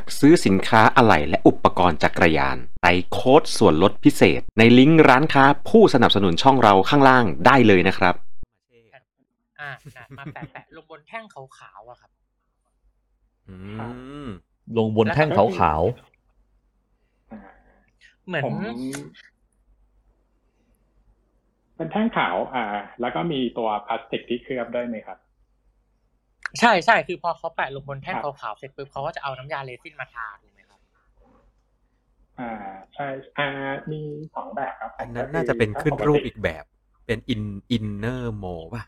ซื้อสินค้าอะไหล่และอุปกรณ์จักรยานใส่โค้ดส่วนลดพิเศษในลิงก์ร้านค้าผู้สนับสนุนช่องเราข้างล่างได้เลยนะครับมาแปะลงบนแท่งขาวๆอะครับลงบนแท่งขาวๆเหมือนเป็นแท่งขาวแล้วก็มีตัวพลาสติกที่เคลือบด้วยไหมครับใช่คือพอเขาแปะลงบนแท่งขาวๆเสร็จปุ๊บเขาก็จะเอาน้ำยาเรซินมาทาถูกไหมครับใช่มี2แบบครับอันนั้นน่าจะเป็นขึ้นรูปอีกแบบเป็นอินเนอร์โมป่ะ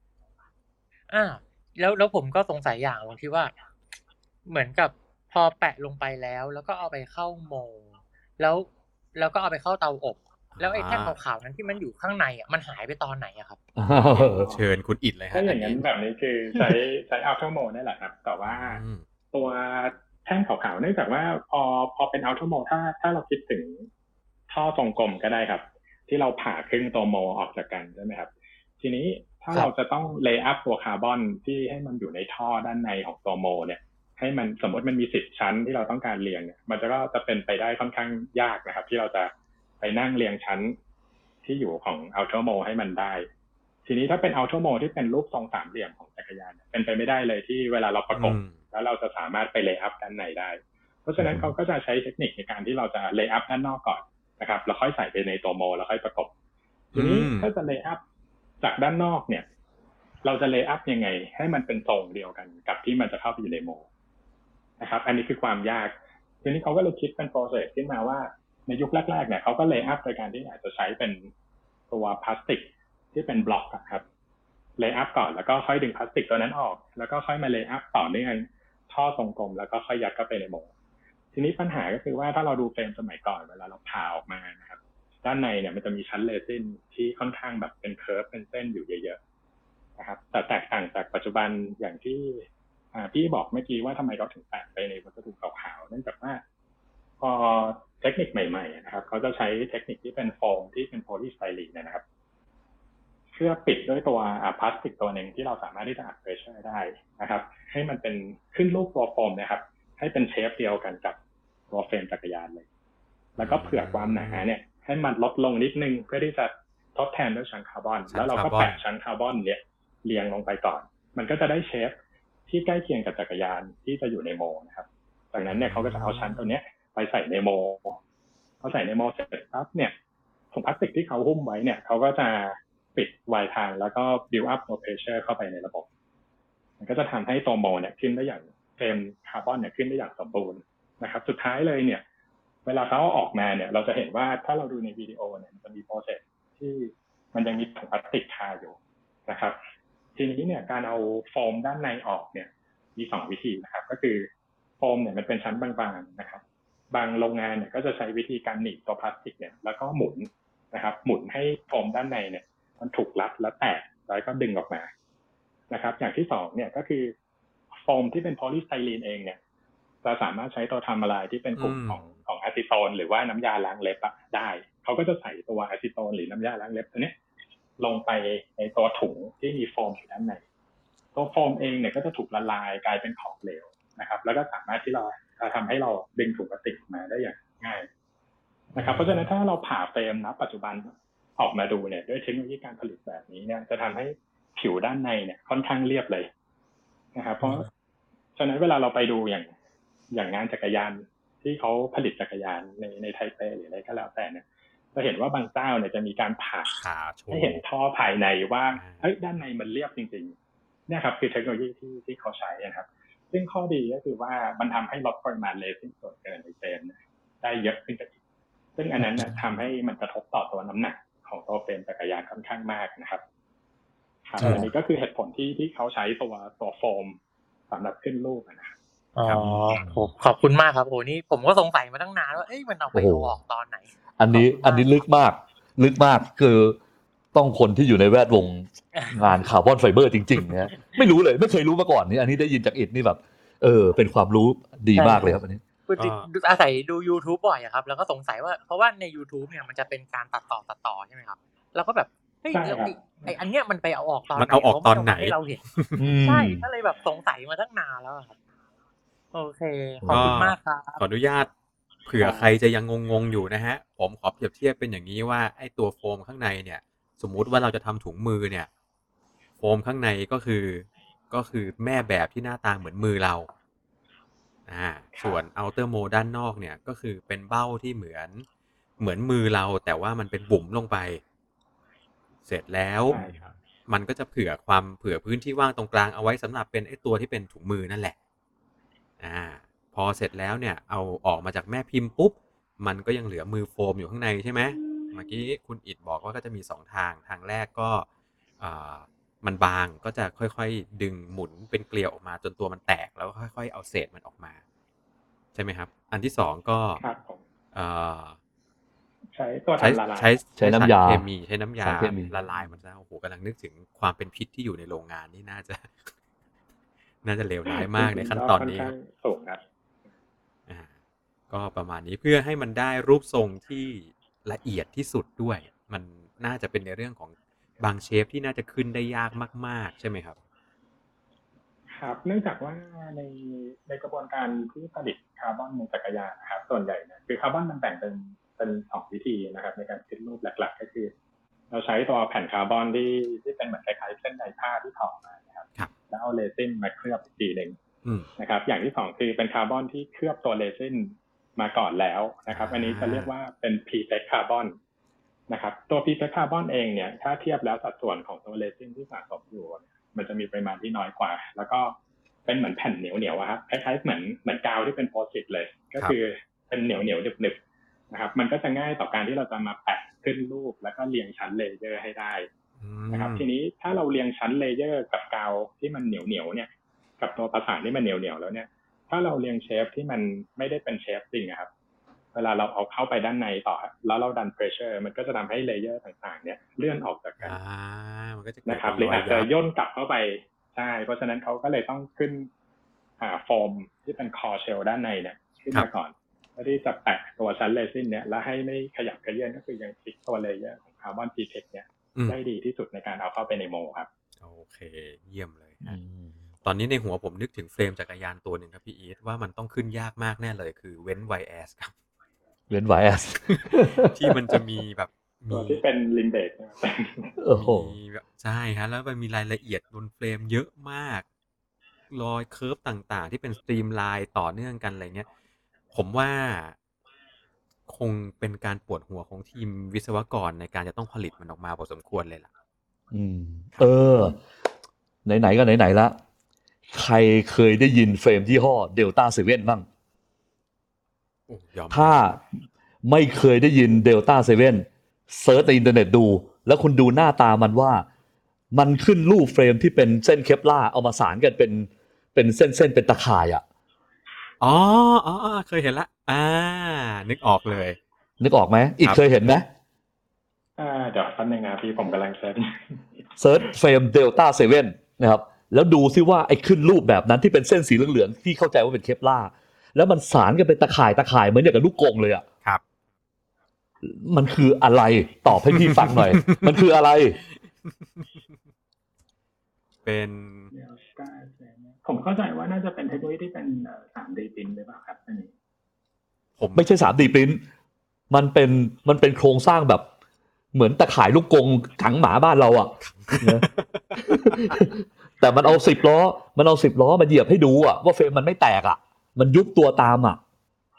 แล้วผมก็สงสัยอย่างตรงที่ว่าเหมือนกับพอแปะลงไปแล้วก็เอาไปเข้าโมแล้วก็เอาไปเข้าเตาอบแล้วไอ้แท่งขาวๆนั้นที่มันอยู่ข้างในมันหายไปตอนไหนอะครับเชิญคุณอิดเลยฮะถ้าอย่างนั้นแบบนี้คือใช้อัลตร้าโมนั่นแหละครับแต่ว่าตัวแท่งขาวๆเนื่องจากว่าพอเป็นอัลตร้าโมถ้าเราคิดถึงท่อทรงกลมก็ได้ครับที่เราผ่าครึ่งตัวโมออกจากกันใช่ไหมครับทีนี้ถ้าเราจะต้องเลย์อัพตัวคาร์บอนที่ให้มันอยู่ในท่อด้านในของตัวโมเนี่ยให้มันสมมติมันมี10ชั้นที่เราต้องการเรียงเนี่ยมันก็จะเป็นไปได้ค่อนข้างยากนะครับที่เราจะไปนั่งเรียงชั้นที่อยู่ของอัลตร้าโมให้มันได้ทีนี้ถ้าเป็นอัลตร้าโมที่เป็นรูปทรงสามเหลี่ยมของจักรยานเป็นไปไม่ได้เลยที่เวลาเราประกบแล้วเราจะสามารถไปเลย์อัพด้านในได้เพราะฉะนั้นเขาก็จะใช้เทคนิคในการที่เราจะเลย์อัพด้านนอกก่อนนะครับแล้วค่อยใส่ไปในตัวโมแล้วค่อยประกบทีนี้ถ้าจะเลย์อัพจากด้านนอกเนี่ยเราจะเลย์อัพยังไงให้มันเป็นทรงเดียวกันกับที่มันจะเข้าไปอยู่ในโมนะครับอันนี้คือความยากทีนี้เขาก็เลยคิดเป็นโปรเซสขึ้นมาว่าในยุคแรกๆเนี่ยเขาก็เลย์อัพโดยการที่อาจจะใช้เป็นตัวพลาสติกที่เป็นบล็อกครับเลย์อัพก่อนแล้วก็ค่อยดึงพลาสติกตัวนั้นออกแล้วก็ค่อยมาเลย์อัพต่อเนื่องท่อทรงกลมแล้วก็ค่อยยัดเข้าไปในโมทีนี้ปัญหาก็คือว่าถ้าเราดูเฟรมสมัยก่อนเวลาเราผ่าออกมานะครับด้านในเนี่ยมันจะมีชั้นเรซินที่ค่อนข้างแบบเป็นเคิร์ฟเป็นเส้นอยู่เยอะๆนะครับแต่แตกต่างจากปัจจุบันอย่างที่พี่บอกเมื่อกี้ว่าทำไมเราถึงแปะไปในวัสดุขาวๆเนื่องจากว่าพอเทคนิคใหม่ๆนะครับเขาจะใช้เทคนิคที่เป็นโฟมที่เป็นโพลีสไตรีนนะครับเพื่อปิดด้วยตัวพลาสติกตัวหนึ่งที่เราสามารถที่จะอัดเพรสเชอร์ได้นะครับให้มันเป็นขึ้นรูปตัวโฟมนะครับให้เป็นเชฟเดียวกันกับตัวเฟรมจักรยานเลยแล้วก็เผื่อความหนาเนี่ยให้มันลดลงนิดนึงเพื่อที่จะทดแทนด้วยชั้นคาร์บอนแล้วเราก็แปะชั้นคาร์บอนเนี่ยเรียงลงไปก่อนมันก็จะได้เชฟที่ใกล้เคียงกับจักรยานที่จะอยู่ในโมนะครับจากนั้นเนี่ยเขาก็จะเอาชั้นตัวเนี้ยไปใส่ในโมเขาใส่ในโมเสร็จปั๊บเนี่ยถุงพลาสติกที่เขาหุ้มไว้เนี่ยเขาก็จะปิดไวทางแล้วก็ build up no pressure เข้าไปในระบบมันก็จะทำให้ตัวโมเนี่ยขึ้นได้อย่างเฟรมคาร์บอนเนี่ยขึ้นได้อย่างสมบูรณ์นะครับสุดท้ายเลยเนี่ยเวลาเขาออกมาเนี่ยเราจะเห็นว่าถ้าเราดูในวิดีโอเนี่ยมันจะมีโปรเซสที่มันยังมีถุงพลาสติกคาอยู่นะครับทีนี้เนี่ยการเอาโฟมด้านในออกเนี่ยมี2วิธีนะครับก็คือโฟมเนี่ยมันเป็นชั้นบางๆนะครับบางโรงงานเนี่ยก็จะใช้วิธีการหนีบตัวพลาสติกเนี่ยแล้วก็หมุนนะครับหมุนให้โฟมด้านในเนี่ยมันถูกรัดและแตกแล้วก็ดึงออกมานะครับอย่างที่2เนี่ยก็คือโฟมที่เป็นโพลีสไตรีนเองเนี่ยจะสามารถใช้ตัวทำอะไรที่เป็นกลุ่มของอะซิโตนหรือว่าน้ำยาล้างเล็บได้เขาก็จะใส่ตัวอะซิโตนหรือน้ำยาล้างเล็บตัวนี้ลงไปในตัวถุงที่มีโฟมอยู่ด้านในตัวโฟมเองเนี่ยก็จะถูกละลายกลายเป็นของเหลวนะครับแล้วก็สามารถที่เราจะทำให้เราดึงถุงพลาสติกมาได้อย่างง่ายนะครับเพราะฉะนั้นถ้าเราผ่าเฟรมณปัจจุบันออกมาดูเนี่ยด้วยเทคโนโลยีการผลิตแบบนี้เนี่ยจะทำให้ผิวด้านในเนี่ยค่อนข้างเรียบเลยนะครับเพราะฉะนั้นเวลาเราไปดูอย่างงานจักรยานที่เขาผลิตจักรยานในไทเปหรืออะไรก็แล้วแต่เนี่ยจะเห็นว่าบางเจ้าเนี่ยจะมีการผ่าให้เห็นท่อภายในว่าเฮ้ยด้านในมันเรียบจริงๆเนี่ยครับคือเทคโนโลยีที่เขาใช้นะครับซึ่งข้อดีก็คือว่ามันทำให้ลดปริมาณเลซินส่วนเกินในเฟรมได้เยอะขึ้นไปอีกซึ่งอันนั้นทำให้มันกระทบต่อตัวน้ำหนักของตัวเฟรมจักรยานค่อนข้างมากนะครับอันนี้ก็คือเหตุผลที่เขาใช้ตัวโฟมสำหรับขึ้นรูปนะครับขอบคุณมากครับโอ้นี่ผมก็สงสัยมาตั้งนานว่ามันเอาไปออกตอนไหนอันนี้ลึกมากคือต้องคนที่อยู่ในแวดวงงานคาร์บอนไฟเบอร์จริงๆเนี่ยไม่รู้เลยไม่เคยรู้มาก่อนนี่อันนี้ได้ยินจากอิดนี่แบบเป็นความรู้ดีมากเลยครับอันนี้อาศัยดู YouTube บ่อยอะครับแล้วก็สงสัยว่าเพราะว่าใน YouTube เนี่ยมันจะเป็นการตัดต่อใช่ไหมครับแล้วก็แบบไอ้อันเนี้ยมันไปเอาออกตอนไหนมันเอาออกตอนไหนให้เราเห็นใช่ก็เลยแบบสงสัยมาตั้งนานแล้วครับโอเคขอบคุณมากครับขออนุญาตเผื่อใครจะยังงงๆอยู่นะฮะผมขอเปรียบเทียบเป็นอย่างนี้ว่าไอ้ตัวโฟมข้างในเนี่ยสมมุติว่าเราจะทำถุงมือเนี่ยโฟมข้างในก็คือแม่แบบที่หน้าตาเหมือนมือเราส่วน outer mold ด้านนอกเนี่ยก็คือเป็นเบ้าที่เหมือนมือเราแต่ว่ามันเป็นบุ๋มลงไปเสร็จแล้วมันก็จะเผื่อพื้นที่ว่างตรงกลางเอาไว้สำหรับเป็นไอ้ตัวที่เป็นถุงมือนั่นแหละพอเสร็จแล้วเนี่ยเอาออกมาจากแม่พิมพ์ปุ๊บมันก็ยังเหลือมือโฟมอยู่ข้างในใช่ไหมเมื่อกี้คุณอิฐบอกว่าก็จะมี2ทางแรกก็มันบางก็จะค่อยๆดึงหมุนเป็นเกลียวออกมาจนตัวมันแตกแล้วค่อยๆเอาเศษมันออกมาใช่ไหมครับอันที่2ก็ใช้ตัวทำละลายใช้น้ำยาเคมีใช้น้ำยาละลายมันจะโอ้โหกำลังนึกถึงความเป็นพิษที่อยู่ในโรงงานนี่น่าจะเลวร้ายมากในขั้นตอนนี้สูงครับก็ประมาณนี้เพื่อให้มันได้รูปทรงที่ละเอียดที่สุดด้วยมันน่าจะเป็นในเรื่องของบางเชฟที่น่าจะขึ้นได้ยากมากๆใช่ไหมครับครับเนื่องจากว่าในกระบวนการที่ผลิตคาร์บอนในจักรยานนะครับส่วนใหญ่เนี่ยคือคาร์บอนมันแบ่งเป็น2วิธีนะครับในการคิดรูปหลักๆก็คือเราใช้ตัวแผ่นคาร์บอนที่เป็นเหมือนคล้ายๆเส้นใยผ้าที่ทอมานะครับแล้วเอาเรซินมาเคลือบอีกทีนึงนะครับอย่างที่2คือเป็นคาร์บอนที่เคลือบตัวเรซินมาก่อนแล้วนะครับอันนี้จะเรียกว่าเป็น pre-pack คาร์บอนนะครับตัว pre-pack คาร์บอนเองเนี่ยถ้าเทียบแล้วสัดส่วนของตัวเรซินที่สะสมอยู่มันจะมีปริมาณที่น้อยกว่าแล้วก็เป็นเหมือนแผ่นเหนียวๆครับคล้ายๆเหมือนกาวที่เป็นโพสต์อิทเลยก็คือเป็นเหนียวๆหนึบๆนะครับมันก็จะง่ายต่อการที่เราจะมาแปะขึ้นรูปแล้วก็เรียงชั้นเลเยอร์ให้ได้นะครับทีนี้ถ้าเราเรียงชั้นเลเยอร์กับกาวที่มันเหนียวๆเนี่ยกับตัวประสานที่มันเหนียวๆแล้วเนี่ยถ้าเราเรียงเชฟที่มันไม่ได้เป็นเชฟจริงครับเวลาเราเอาเข้าไปด้านในต่อแล้วเราดันเพรสเชอร์มันก็จะทำให้เลเยอร์ต่างๆเนี่ยเลื่อนออกจากกันมันก็จะนะครับหรืออาจจะย่นกลับเข้าไปใช่เพราะฉะนั้นเขาก็เลยต้องขึ้นโฟมที่เป็นคอเชลด้านในเนี่ยขึ้นมาก่อนเพื่อที่จะแปะตัวชั้นเรซินเนี่ยแล้วให้ไม่ขยับกระเยื่อนก็คือยังฟิกตัวเลเยอร์ของคาร์บอนพีเทคเนี่ยได้ดีที่สุดในการเอาเข้าไปในโมครับโอเคเยี่ยมเลยตอนนี้ในหัวผมนึกถึงเฟรมจักรยานตัวหนึ่งครับพี่อีทว่ามันต้องขึ้นยากมากแน่เลยคือเว้นไวแอสครับเว้นไวแอสที่มันจะมีแบบตัวที่เป็นลิมเบกมีแบบใช่ครับแล้วมันมีรายละเอียดบนเฟรมเยอะมากรอยเคิร์ฟต่างๆที่เป็นสตรีมไลน์ต่อเนื่องกันอะไรเงี้ยผมว่าคงเป็นการปวดหัวของทีมวิศวกรในการจะต้องผลิตมันออกมาพอสมควรเลยล่ะไหนๆก็ไหนๆละใครเคยได้ยินเฟรมยี่ห้อเดลต้าเซเว่นบ้างถ้าไม่เคยได้ยินเดลต้าเซเว่นเซิร์ชในอินเทอร์เน็ตดูแล้วคุณดูหน้าตามันว่ามันขึ้นรูปเฟรมที่เป็นเส้นเคปลาร์เอามาสานกันเป็นเส้นเป็นตะข่ายอ่ะอ๋อเคยเห็นละนึกออกเลยนึกออกไหมอีกเคยเห็นไหมเดี๋ยวแป๊บนึงนะพี่ผมกำลังเซิร์ชเฟรมเดลต้าเซเว่นนะครับแล้วดูซิว่าไอ้ขึ้นรูปแบบนั้นที่เป็นเส้นสีเหลืองๆที่เข้าใจว่าเป็นเคปลาร์แล้วมันสานกันเป็นตะข่ายเหมือนอย่างกับลูกกงเลยอ่ะครับมันคืออะไรตอบให้พี่ฟังหน่อย มันคืออะไรเป็นผมเข้าใจว่าน่าจะเป็นเทคโนโลยีที่เป็น 3D print หรือเปล่าครับอันนี้ผมไม่ใช่ 3D print มันเป็นโครงสร้างแบบเหมือนตะข่ายลูกกงขังหมาบ้านเราอ่ะ แต่มันเอา10 ล้อมาเหยียบให้ดูอ่ะว่าเฟรมมันไม่แตกอ่ะมันยุบตัวตามอ่ะ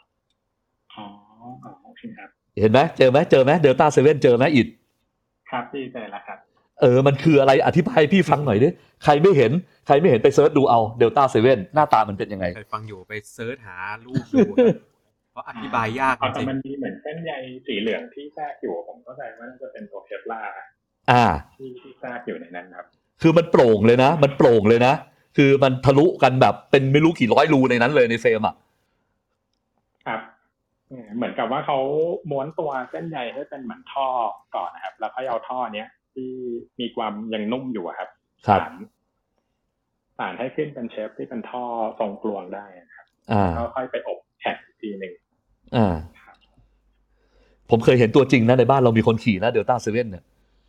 โอเคครับเห็นไหมเจอไหมเดลต้าเซเว่นเจอไหมอิดครับพี่เจอแล้วครับมันคืออะไรอธิบายพี่ฟังหน่อยดิใครไม่เห็นไปเซิร์ชดูเอาเดลต้าเซเว่นหน้าตามันเป็นยังไงใครฟังอยู่ไปเซิร์ชหารูปดูเพราะอธิบายยากจริงๆมันมีเหมือนเส้นใยสีเหลืองที่แทรกอยู่ผมเข้าใจว่าน่าจะเป็นตัวเคปลาร์ที่แทรกอยู่ในนั้นครับคือมันโปร่งเลยนะคือมันทะลุกันแบบเป็นไม่รู้กี่ร้อยรูในนั้นเลยในเฟรมอ่ะครับเหมือนกับว่าเขาม้วนตัวเส้นใยให้เป็นเหมือนท่อก่อนนะครับแล้วค่อยเอาท่อเนี้ยที่มีความยังนุ่มอยู่ครับสานให้ขึ้นเป็นเชฟที่เป็นท่อทรงกลวงได้ครับแล้วค่อยไปอบแข็งอีกทีนึงผมเคยเห็นตัวจริงนะในบ้านเรามีคนขี่นะเดลต้าเซเว่นเนี่ย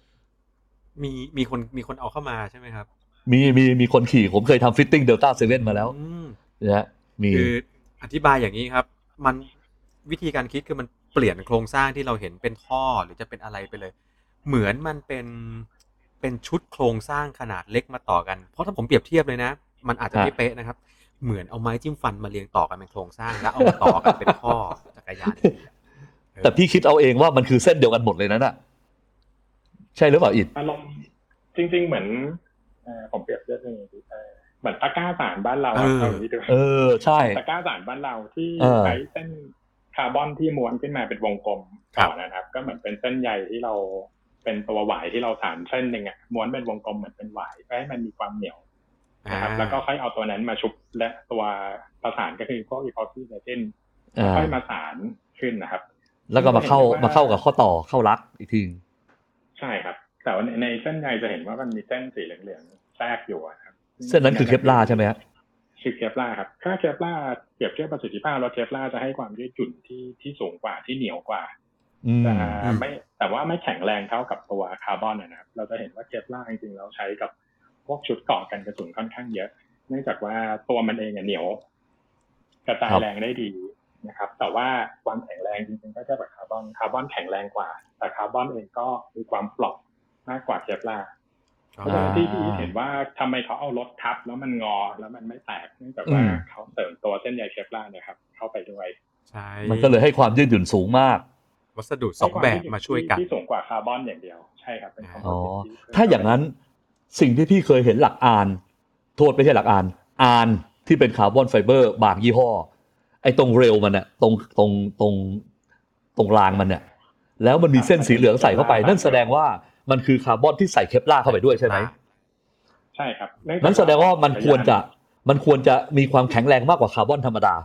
มีคนเอาเข้ามาใช่ไหมครับมีคนขี่ผมเคยทำฟิตติ้งเดลต้าเซเว่นมาแล้วนะมีคืออธิบายอย่างนี้ครับมันวิธีการคิดคือมันเปลี่ยนโครงสร้างที่เราเห็นเป็นท่อหรือจะเป็นอะไรไปเลยเหมือนมันเป็นชุดโครงสร้างขนาดเล็กมาต่อกันเพราะถ้าผมเปรียบเทียบเลยนะมันอาจจะไม่เป๊ะนะครับเหมือนเอาไม้จิ้มฟันมาเรียงต่อกันเป็นโครงสร้างแล้วเอามาต่อกันเป็นท่อจักรยานแต่พี่คิดเอาเองว่ามันคือเส้นเดียวกันหมดเลยนั่นน่ะใช่หรือเปล่าอิดอารมณ์จริงๆเหมือนผมเปรียบเทียบอย่างนี้เหมือนตะกร้าสารบ้านเราเอาอย่างนี้ดูใช่ตะกร้าสารบ้านเราที่ใช้เส้นคาร์บอนที่ม้วนขึ้นมาเป็นวงกลมก่อนนะครับก็เหมือนเป็นเส้นใยที่เราเป็นตัวหวายที่เราสานเส้นหนึ่งอ่ะม้วนเป็นวงกลมเหมือนเป็นหวายเพื่อให้มันมีความเหนียวนะครับแล้วก็ค่อยเอาตัวนั้นมาชุบและตัวประสานก็คือพวกอีพอซีเรตินค่อยมาสานขึ้นนะครับแล้วก็มาเข้ากับข้อต่อเข้ารักอีกทีใช่ครับแต่ว่าในเส้นใยจะเห็นว่ามันมีเส้นสีเหลืองๆแทรกอยู่ครับเส้นนั้นคือเคปลาร์ใช่ไหมครับคือเคปลาร์ครับถ้าเคปลาร์เปรียบเทียบประสิทธิภาพแล้วเคปลาร์จะให้ความยืดหยุ่นที่สูงกว่าที่เหนียวกว่าแต่ว่าไม่แข็งแรงเท่ากับตัวคาร์บอนนะครับเราจะเห็นว่าเคปลาร์จริงๆเราใช้กับพวกชุดเกราะกันกระสุนค่อนข้างเยอะเนื่องจากว่าตัวมันเองเหนียวกระจายแรงได้ดีนะครับแต่ว่าความแข็งแรงจริงๆก็จะแบบคาร์บอนแข็งแรงกว่าแต่คาร์บอนเองก็มีความเปราะมากกว่าเคปลาร์เพราะฉะนั้นที่เห็นว่าทำไมเขาเอารถทับแล้วมันงอแล้วมันไม่แตกเนื่องจากว่าเขาเสริมตัวเส้นใยเคปลาร์นะครับเข้าไปด้วยใช่มันก็เลยให้ความยืดหยุ่นสูงมากวัสดุ2แบบมาช่วยกันที่สูงกว่าคาร์บอนอย่างเดียวใช่ครับเป็นคอมโพสิตถ้าอย่างนั้นสิ่งที่พี่เคยเห็นหลักอานโทษไม่ใช่หลักอานที่เป็นคาร์บอนไฟเบอร์บางยี่ห้อไอ้ตรงเรลมันน่ะตรงรางมันเนี่ยแล้วมันมีเส้นสีเหลืองใส่เข้าไปนั่นแสดงว่ามันคือคาร์บอนที่ใส่เคปลาร์เข้าไปด้วยใช่ไหมใช่ครับนั่นแสดงว่ามันควรจะมีความแข็งแรงมากกว่าคาร์บอนธรรมดา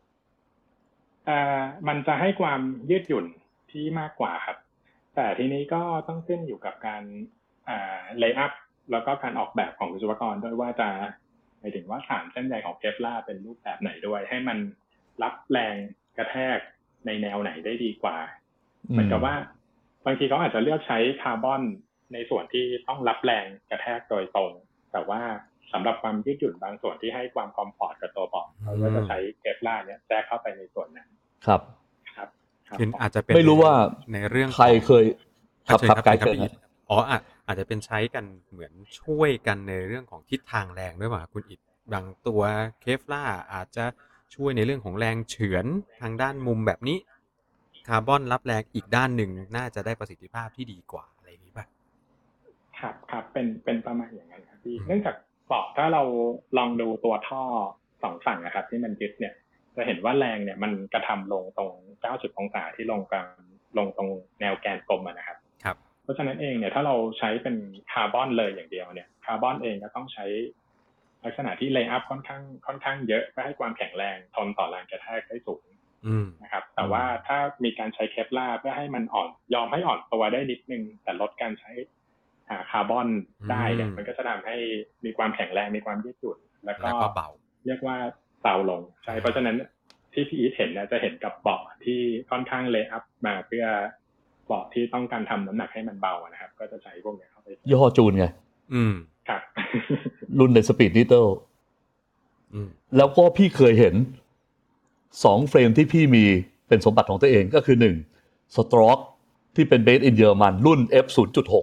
มันจะให้ความยืดหยุ่นที่มากกว่าครับแต่ทีนี้ก็ต้องขึ้นอยู่กับการเลย์อัพแล้วก็การออกแบบของวิศวกรด้วยว่าจะหมายถึงว่าฐานเส้นใยของเคปลาร์เป็นรูปแบบไหนด้วยให้มันรับแรงกระแทกในแนวไหนได้ดีกว่าเหมือนกับว่าบางทีเขาอาจจะเลือกใช้คาร์บอนในส่วนที่ต้องรับแรงกระแทกโดยตรงแต่ว่าสำหรับความยืดหยุ่นบางส่วนที่ให้ความคอมฟอร์ตกับตัวเบาะเขาก็จะใช้เคปลาร์เนี่ยแทรกเข้าไปในส่วนนั้นครับคืออาจจะเป็นไม่รู้ว่าในเรื่องใครเคยครับไกด์อาจจะเป็นใช้กันเหมือนช่วยกันในเรื่องของทิศทางแรงด้วยป่ะคุณอิฐบางตัวเคฟลาร์อาจจะช่วยในเรื่องของแรงเฉือนทางด้านมุมแบบนี้คาร์บอนรับแรงอีกด้านหนึ่งน่าจะได้ประสิทธิภาพที่ดีกว่าอะไรอย่างนี้ป่ะครับเป็นประมาณอย่างนั้นครับพี่เนื่องจากถ้าเราลองดูตัวท่อสองฝั่งนะครับที่มันยึดเนี่ยจะเห็นว่าแรงเนี่ยมันกระทำลงตรง90องศาที่ลงตรงแนวแกนกลมนะครับเพราะฉะนั้นเองเนี่ยถ้าเราใช้เป็นคาร์บอนเลยอย่างเดียวเนี่ยคาร์บอนเองก็ต้องใช้ลักษณะที่เลย์อัพค่อนข้างเยอะเพื่อให้ความแข็งแรงทนต่อแรงกระแทกได้สูงนะครับแต่ว่าถ้ามีการใช้เคปลาร์เพื่อให้มันยอมให้อ่อนตัวได้นิดนึงแต่ลดการใช้คาร์บอนได้เนี่ยมันก็จะทำให้มีความแข็งแรงมีความยืดหยุ่นแล้วก็เบาเรียกว่าเบาลงใช่เพราะฉะนั้นที่พี่อีทเห็นเนี่ยจะเห็นกับเบาะที่ค่อนข้างเลย์อัพมาเพื่อเบาะที่ต้องการทำน้ำหนักให้มันเบานะครับก็จะใช้พวกนี้เข้าไปยี่ห้อจูนไงครับรุ่นในสปีดนิเติลแล้วก็พี่เคยเห็น2เฟรมที่พี่มีเป็นสมบัติของตัวเองก็คือ1สโตรกที่เป็นเบสอินเยอรมันรุ่น F0.6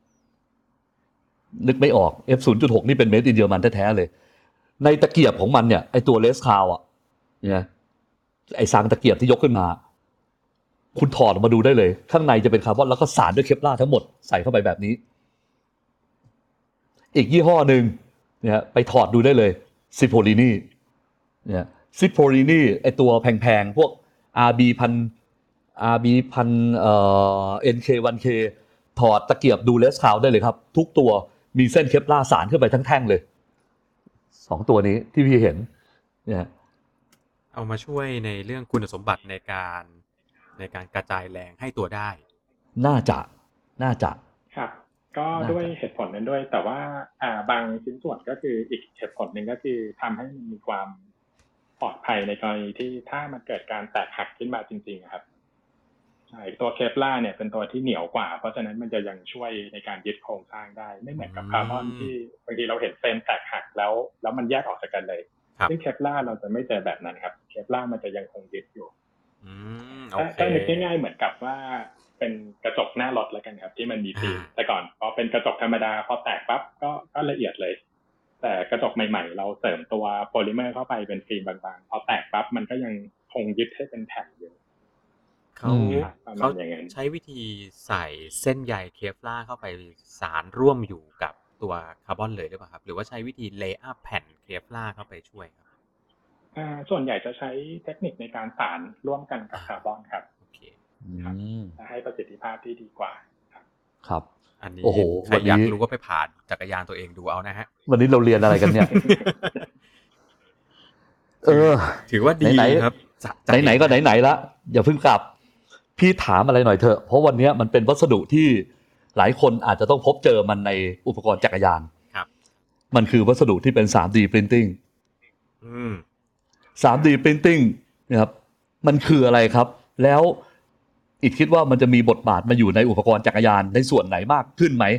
นึกไม่ออก F0.6 นี่เป็นเมดอินเยอรมันแท้ๆเลยในตะเกียบของมันเนี่ยไอตัวเลสคาวอ่ะเนี่ยไอซางตะเกียบที่ยกขึ้นมาคุณถอดออกมาดูได้เลยข้างในจะเป็นคาร์บอนแล้วก็สานด้วยเคปลาร์ทั้งหมดใส่เข้าไปแบบนี้อีกยี่ห้อนึงเนี่ยไปถอดดูได้เลยซิโพลินีเนี่ยซิโพลินีไอตัวแพงๆพวก RB NK1K ถอดตะเกียบดูเลสคาวได้เลยครับทุกตัวมีเส้นเคปลาร์สานขึ้นไปทั้งแท่งเลย2ตัวนี้ที่พี่เห็นเนี่ยเอามาช่วยในเรื่องคุณสมบัติในการกระจายแรงให้ตัวได้น่าจะครับก็ด้วยเหตุผลนั้นด้วยแต่ว่าบางชิ้นส่วนก็คืออีกเหตุผลหนึ่งก็คือทำให้มีความปลอดภัยในกรณีที่ถ้ามันเกิดการแตกหักขึ้นมาจริงๆครับใช่ตัวเคปลาร์เนี่ยเป็นตัวที่เหนียวกว่าเพราะฉะนั้นมันจะยังช่วยในการยึดโครงสร้างได้ไม่เหมือนกับคาร์บอนที่บางทีเราเห็นเฟรมแตกหักแล้วมันแยกออกจากกันเลยซึ่งเคปลาร์เราจะไม่เจอแบบนั้นครับเคปลาร์มันจะยังคงยึดอยู่โอเคถ้านึกง่ายๆเหมือนกับว่าเป็นกระจกหน้ารถแล้วกันครับที่มันมีฟิล์มแต่ก่อนพอเป็นกระจกธรรมดาพอแตกปั๊บก็ละเอียดเลยแต่กระจกใหม่ๆเราเสริมตัวโพลิเมอร์เข้าไปเป็นฟิล์มบางๆพอแตกปั๊บมันก็ยังคงยึดให้เป็นแผ่นอยู่เขาใช้วิธีใส่เส้นใยเคฟลาร์เข้าไปสารร่วมอยู่กับตัวคาร์บอนเลยหรือเปล่าครับหรือว่าใช้วิธีเลย์อัพแผ่นเคฟลาร์เข้าไปช่วยครับส่วนใหญ่จะใช้เทคนิคในการสารร่วมกันกับคาร์บอนครับโอเคจะให้ประสิทธิภาพที่ดีกว่าครับอันนี้ใครอยากรู้ก็ไปผ่านจักรยานตัวเองดูเอานะฮะวันนี้เราเรียนอะไรกันเนี่ยถือว่าดีครับไหนๆก็ไหนๆละอย่าเพิ่งกลับพี่ถามอะไรหน่อยเถอะเพราะวันนี้มันเป็นวัสดุที่หลายคนอาจจะต้องพบเจอมันในอุปกรณ์จักรยานครับมันคือวัสดุที่เป็น 3D Printing 3D Printing นะครับมันคืออะไรครับแล้วอิฐคิดว่ามันจะมีบทบาทมาอยู่ในอุปกรณ์จักรยานในส่วนไหนมากขึ้นไหม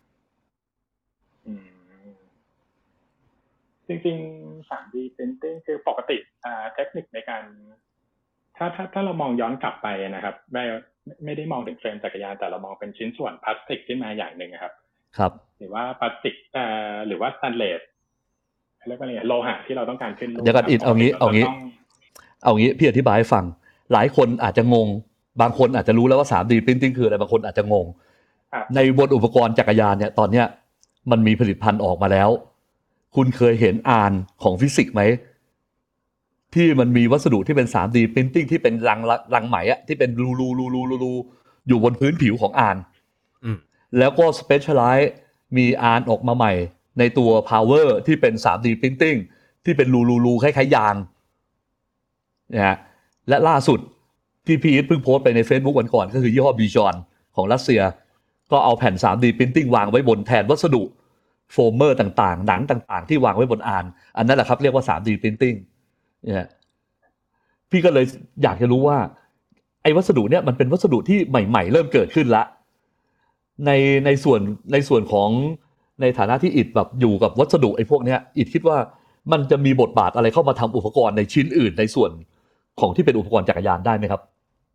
จริงๆ 3D Printing คือปกติเทคนิคในการถ้าเรามองย้อนกลับไปนะครับไม่ได้มองถึงเฟรมจักรยานแต่เรามองเป็นชิ้นส่วนพลาสติกขึ้นมาอย่างหนึ่งครับครับหรือว่าพลาสติกหรือว่าสแตนเลสเรียกว่าอะไรโลหะที่เราต้องการขึ้นรูปเดี๋ยวก่อนอิฐเอางี้พี่อธิบายให้ฟังหลายคนอาจจะงงบางคนอาจจะรู้แล้วว่า 3D Printing คืออะไรบางคนอาจจะงงในบนอุปกรณ์จักรยานเนี่ยตอนเนี้ยมันมีผลิตภัณฑ์ออกมาแล้วคุณเคยเห็นอาร์นของฟิสิกส์ไหมที่มันมีวัสดุที่เป็น 3D Printing ที่เป็นรังไหมอะที่เป็นรูอยู่บนพื้นผิวของอาร์นแล้วก็ Specialize มีอาร์นออกมาใหม่ในตัว Power ที่เป็น 3D Printing ที่เป็นรูคล้ายๆยางนะฮะและล่าสุดที่พีทเพิ่งโพสต์ไปใน Facebook วันก่อนก็คือยี่ห้อ Bijon ของรัสเซียก็เอาแผ่น 3D Printing วางไว้บนแทนวัสดุโฟมเมอร์ต่างๆหนังต่างๆที่วางไว้บนอาร์นอันนั้นแหละครับเรียกว่า 3D Printing เนี่ยพี่ก็เลยอยากจะรู้ว่าไอ้วัสดุเนี่ยมันเป็นวัสดุที่ใหม่ๆเริ่มเกิดขึ้นละในส่วนของในฐานะที่อิฐแบบอยู่กับวัสดุไอ้พวกเนี้ยอิฐคิดว่ามันจะมีบทบาทอะไรเข้ามาทำอุปกรณ์ในชิ้นอื่นในส่วนของที่เป็นอุปกรณ์จักรยานได้ไหมครับ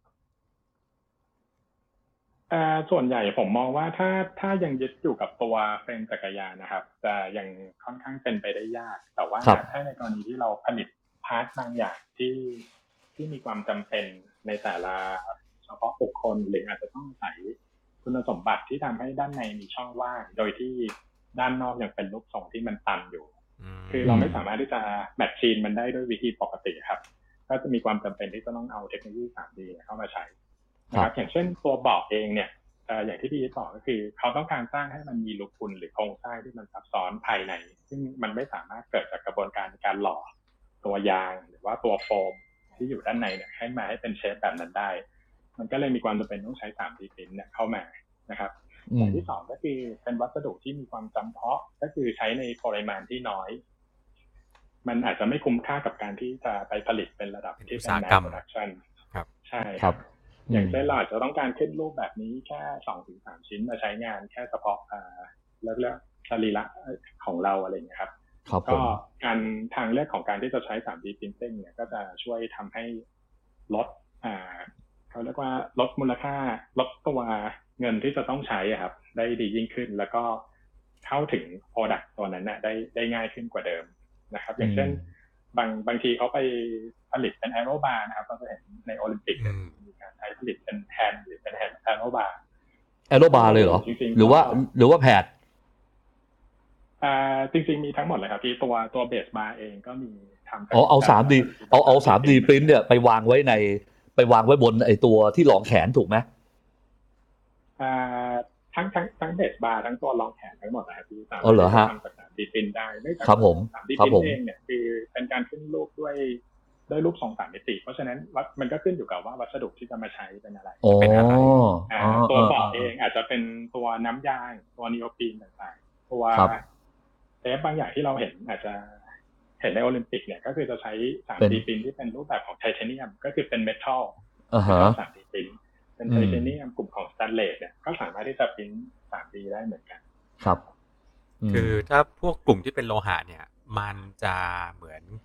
ส่วนใหญ่ผมมองว่าถ้ายังยึดอยู่กับตัวเฟรมจักรยานนะครับจะยังค่อนข้างเป็นไปได้ยากแต่ว่าถ้าในกรณีที่เราผลิตพาร์ทบางอย่างที่มีความจำเป็นในแต่ละเฉพาะบุคคลหรืออาจจะต้องใส่คุณสมบัติที่ทำให้ด้านในมีช่องว่างโดยที่ด้านนอกยังเป็นรูปทรงที่มันตันอยู่คือเราไม่สามารถที่จะแมทชีนมันได้ด้วยวิธีปกติครับก็จะมีความจำเป็นที่จะต้องเอาเทคโนโลยี 3D เข้ามาใช้นะครับอย่างเช่นตัวเบาะเองเนี่ยอย่างที่พี่บอกก็คือเขาต้องการสร้างให้มันมีรูพุนหรือโครงสร้างที่มันซับซ้อนภายในซึ่งมันไม่สามารถเกิดจากกระบวนการในการหล่อตัวยางหรือว่าตัวโฟมที่อยู่ด้านในเนี่ยให้มาให้เป็นเชฟแบบนั้นได้มันก็เลยมีความจำเป็นต้องใช้ 3D Print เนี่ยเข้ามานะครับอย่างที่สองก็คือเป็นวัสดุที่มีความจำเพาะก็คือใช้ในปริมาณที่น้อยมันอาจจะไม่คุ้มค่ากับการที่จะไปผลิตเป็นระดับที่เป็น mass production ครับใช่ครับอย่างเช่นเราอาจจะต้องการขึ้นรูปแบบนี้แค่ 2-3 ชิ้นมาใช้งานแค่เฉพาะเรื่องสรีระของเราอะไรอย่างเงี้ยครับก็การทางเลือกของการที่จะใช้ 3D Printing เนี่ยก็จะช่วยทำให้ลดเขาเรียกว่าลดมูลค่าลดตัวเงินที่จะต้องใช้ครับได้ดียิ่งขึ้นแล้วก็เข้าถึง product ตัวนั้นน่ะได้ง่ายขึ้นกว่าเดิมนะครับอย่างเช่นบางทีเขาไปผลิตเป็นแอโรบาร์นะครับเราจะเห็นในโอลิมปิกมีการใช้ผลิตเป็นแฮนด์หรือเป็นแฮนด์แอโรบาร์เลยเหรอหรือว่าแพดจริงๆมีทั้งหมดเลยครับที่ตัวเบสบาร์เองก็มีทำเอา 3D เอา 3D print เนี่ยไปวางไว้บนไอตัวที่รองแขนถูกไหมทั้งเบสบาร์ทั้งตัวรองแขนทั้งหมดนะครับที่สามารถทำจาก 3D Print ได้ไม่จาก 3D Print เองเนี่ยคือเป็นการขึ้นรูปด้วยรูปทรง3มิติเพราะฉะนั้นมันก็ขึ้นอยู่กับว่าวัสดุที่จะมาใช้เป็นอะไรเป็นอะไรตัวเบาะเองอาจจะเป็นตัวน้ำยางตัวนีโอพรีนต่างๆตัวเทปบางอย่างที่เราเห็นอาจจะเห็นในโอลิมปิกเนี่ยก็คือจะใช้ 3D Print ที่เป็นรูปแบบของไทเทเนียมก็คือเป็นเมทัล 3D Print เป็นไทเทเนียมกลุ่มของสแตนเลสเนี่ยก็สามารถที่จะพิมพ์ 3D ได้เหมือนกันครับคือถ้าพวกกลุ่มที่เป็นโลหะเนี่ยมันจะเหมือน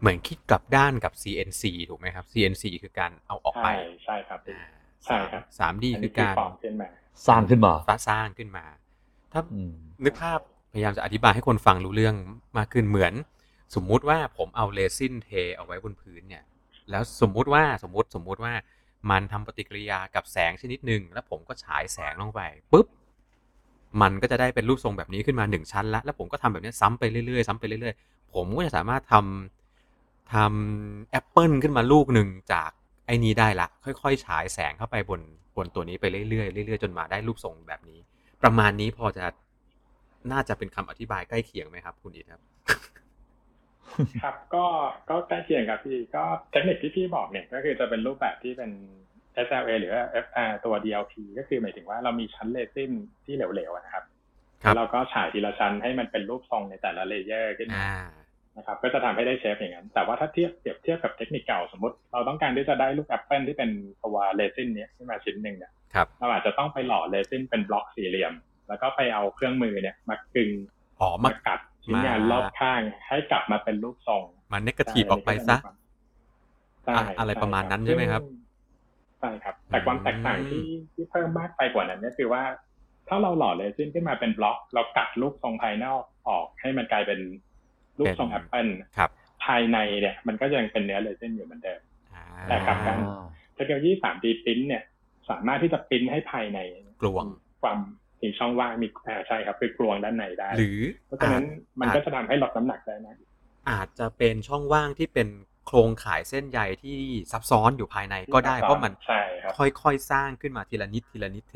เหมือนคิดกลับด้านกับ CNC ถูกไหมครับ CNC คือการเอาออกไปใช่ครับอ่าใช่ครับ 3D อันคืนี้อคือการฟอร์มขึ้นมาสร้างขึ้นมาสร้างขึ้นมา ถ้าอืมนึกภาพพยายามจะอธิบายให้คนฟังรู้เรื่องมากขึ้นเหมือน สมมุติว่าผมเอาเรซินเทเอาไว้บนพื้นเนี่ย แล้วสมมุติว่ามันทำปฏิกิริยากับแสงชนิดหนึ่งแล้วผมก็ฉายแสงลงไปปุ๊บมันก็จะได้เป็นรูปทรงแบบนี้ขึ้นมา1ชั้นแล้วผมก็ทำแบบนี้ซ้ำไปเรื่อยๆซ้ำไปเรื่อยๆผมก็จะสามารถทำแอปเปิลขึ้นมาลูกหนึ่งจากไอ้นี้ได้ละค่อยๆฉายแสงเข้าไปบนตัวนี้ไปเรื่อยๆเรื่อยๆจนมาได้รูปทรงแบบนี้ ประมาณนี้พอจะน่าจะเป็นคำอธิบายใกล้เคียงไหมครับคุณอีทครับครับก็ใกล้เคียงครับพี่ก็เทคนิคที่พี่บอกเนี่ยก็คือจะเป็นรูปแบบที่เป็น SLA หรือว่า FR ตัว DLP ก็คือหมายถึงว่าเรามีชั้นเรซินที่เหลวๆนะครับแล้วเราก็ฉายทีละชั้นให้มันเป็นรูปทรงในแต่ละเลเยอร์ขึ้นมานะครับก็จะทำให้ได้เชฟอย่างนั้นแต่ว่าถ้าเปรียบเทียบกับเทคนิคเก่าสมมติเราต้องการที่จะได้ลูกแอปเปิลที่เป็นตัวเรซินนี้ขึ้นมาชิ้นหนึ่งเนี่ยเราอาจจะต้องไปหล่อเรซินเป็นบล็อกสี่เหลี่ยมแล้วก็ไปเอาเครื่องมือเนี่ยมากึงมากัดชิ้นงานรอบข้างให้กลับมาเป็นรูปทรงมันเนกาทีฟออกไปซะอะไรประมาณนั้นใช่ไหมครับใช่ครับแต่ความแตกต่างที่เพิ่มมากไปกว่านั้นก็คือว่าถ้าเราหล่อเรซินขึ้นมาเป็นบล็อกเรากัดรูปทรงภายนอกออกให้มันกลายเป็นรูปทรงแอปเปิลภายในเนี่ยมันก็ยังเป็นเนื้อเรซินอยู่เหมือนเดิมแต่กับการเทคโนโลยี 3D พิมพ์เนี่ยสามารถที่จะพิมพ์ให้ภายในกลวงความมีช่องว่างมีใช่ครับคือกลวงด้านในได้หรือเพราะฉะนั้นมันก็จะทำให้ลดน้ำหนักได้นะอาจจะเป็นช่องว่างที่เป็นโครงข่ายเส้นใยที่ซับซ้อนอยู่ภายในก็ได้เพราะมันค่อยๆสร้างขึ้นมาทีละนิด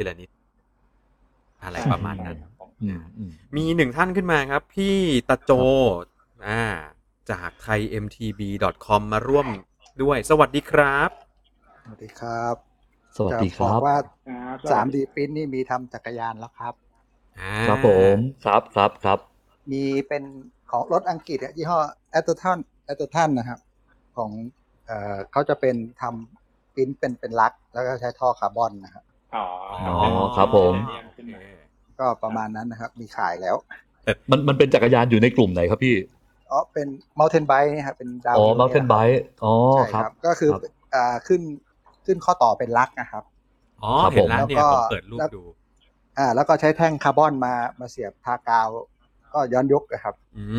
อะไรประมาณนั้นมี1ท่านขึ้นมาครับพี่ตะโจจาก thaimtb.com มาร่วมด้วยสวัสดีครับสวัสดีครับสวัสดีครับบอกว่า 3D Print นี่มีทำจักรยานแล้วครับครับผมครับมีเป็นของรถอังกฤษยี่ห้อ Atherton นะครับของเขาจะเป็นทำพิมพ์เป็นลักแล้วก็ใช้ท่อคาร์บอนนะครับอ๋อครับผมก็ประมาณนั้นนะครับมีขายแล้วมันเป็นจักรยานอยู่ในกลุ่มไหนครับพี่เป็น mountain bike นะครับเป็นดาว mountain bike ครับก็คือขึ้นข้อต่อเป็นลักนะครับเห็นแล้วเนี่ยผมเปิดรูปดูแล้วก็ใช้แท่งคาร์บอนมาเสียบทากาวก็ย้อนยุคนะครับ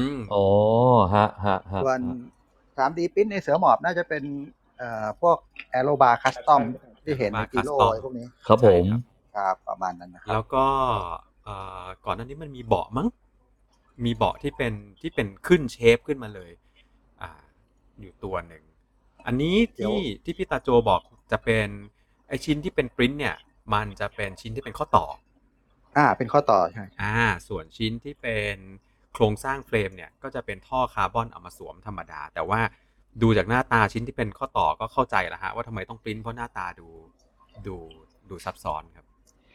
ส่วน 3D Print ในเสือหมอบน่าจะเป็นพวก Aerobar Custom ที่เห็นในกิโลอะไรพวกนี้ครับผมครับประมาณนั้นนะครับแล้วก็ก่อนหน้านี้มันมีเบาะมั้งมีเบาะที่เป็นขึ้นเชฟขึ้นมาเลยอยู่ตัวหนึ่งอันนี้ที่พี่ตาโจบอกจะเป็นไอชิ้นที่เป็นปริ้นเนี่ยมันจะเป็นชิ้นที่เป็นข้อต่อเป็นข้อต่อใช่ส่วนชิ้นที่เป็นโครงสร้างเฟรมเนี่ยก็จะเป็นท่อคาร์บอนเอามาสวมธรรมดาแต่ว่าดูจากหน้าตาชิ้นที่เป็นข้อต่อก็เข้าใจแล้วฮะว่าทำไมต้องปริ้นเพราะหน้าตาดูซับซ้อนครับ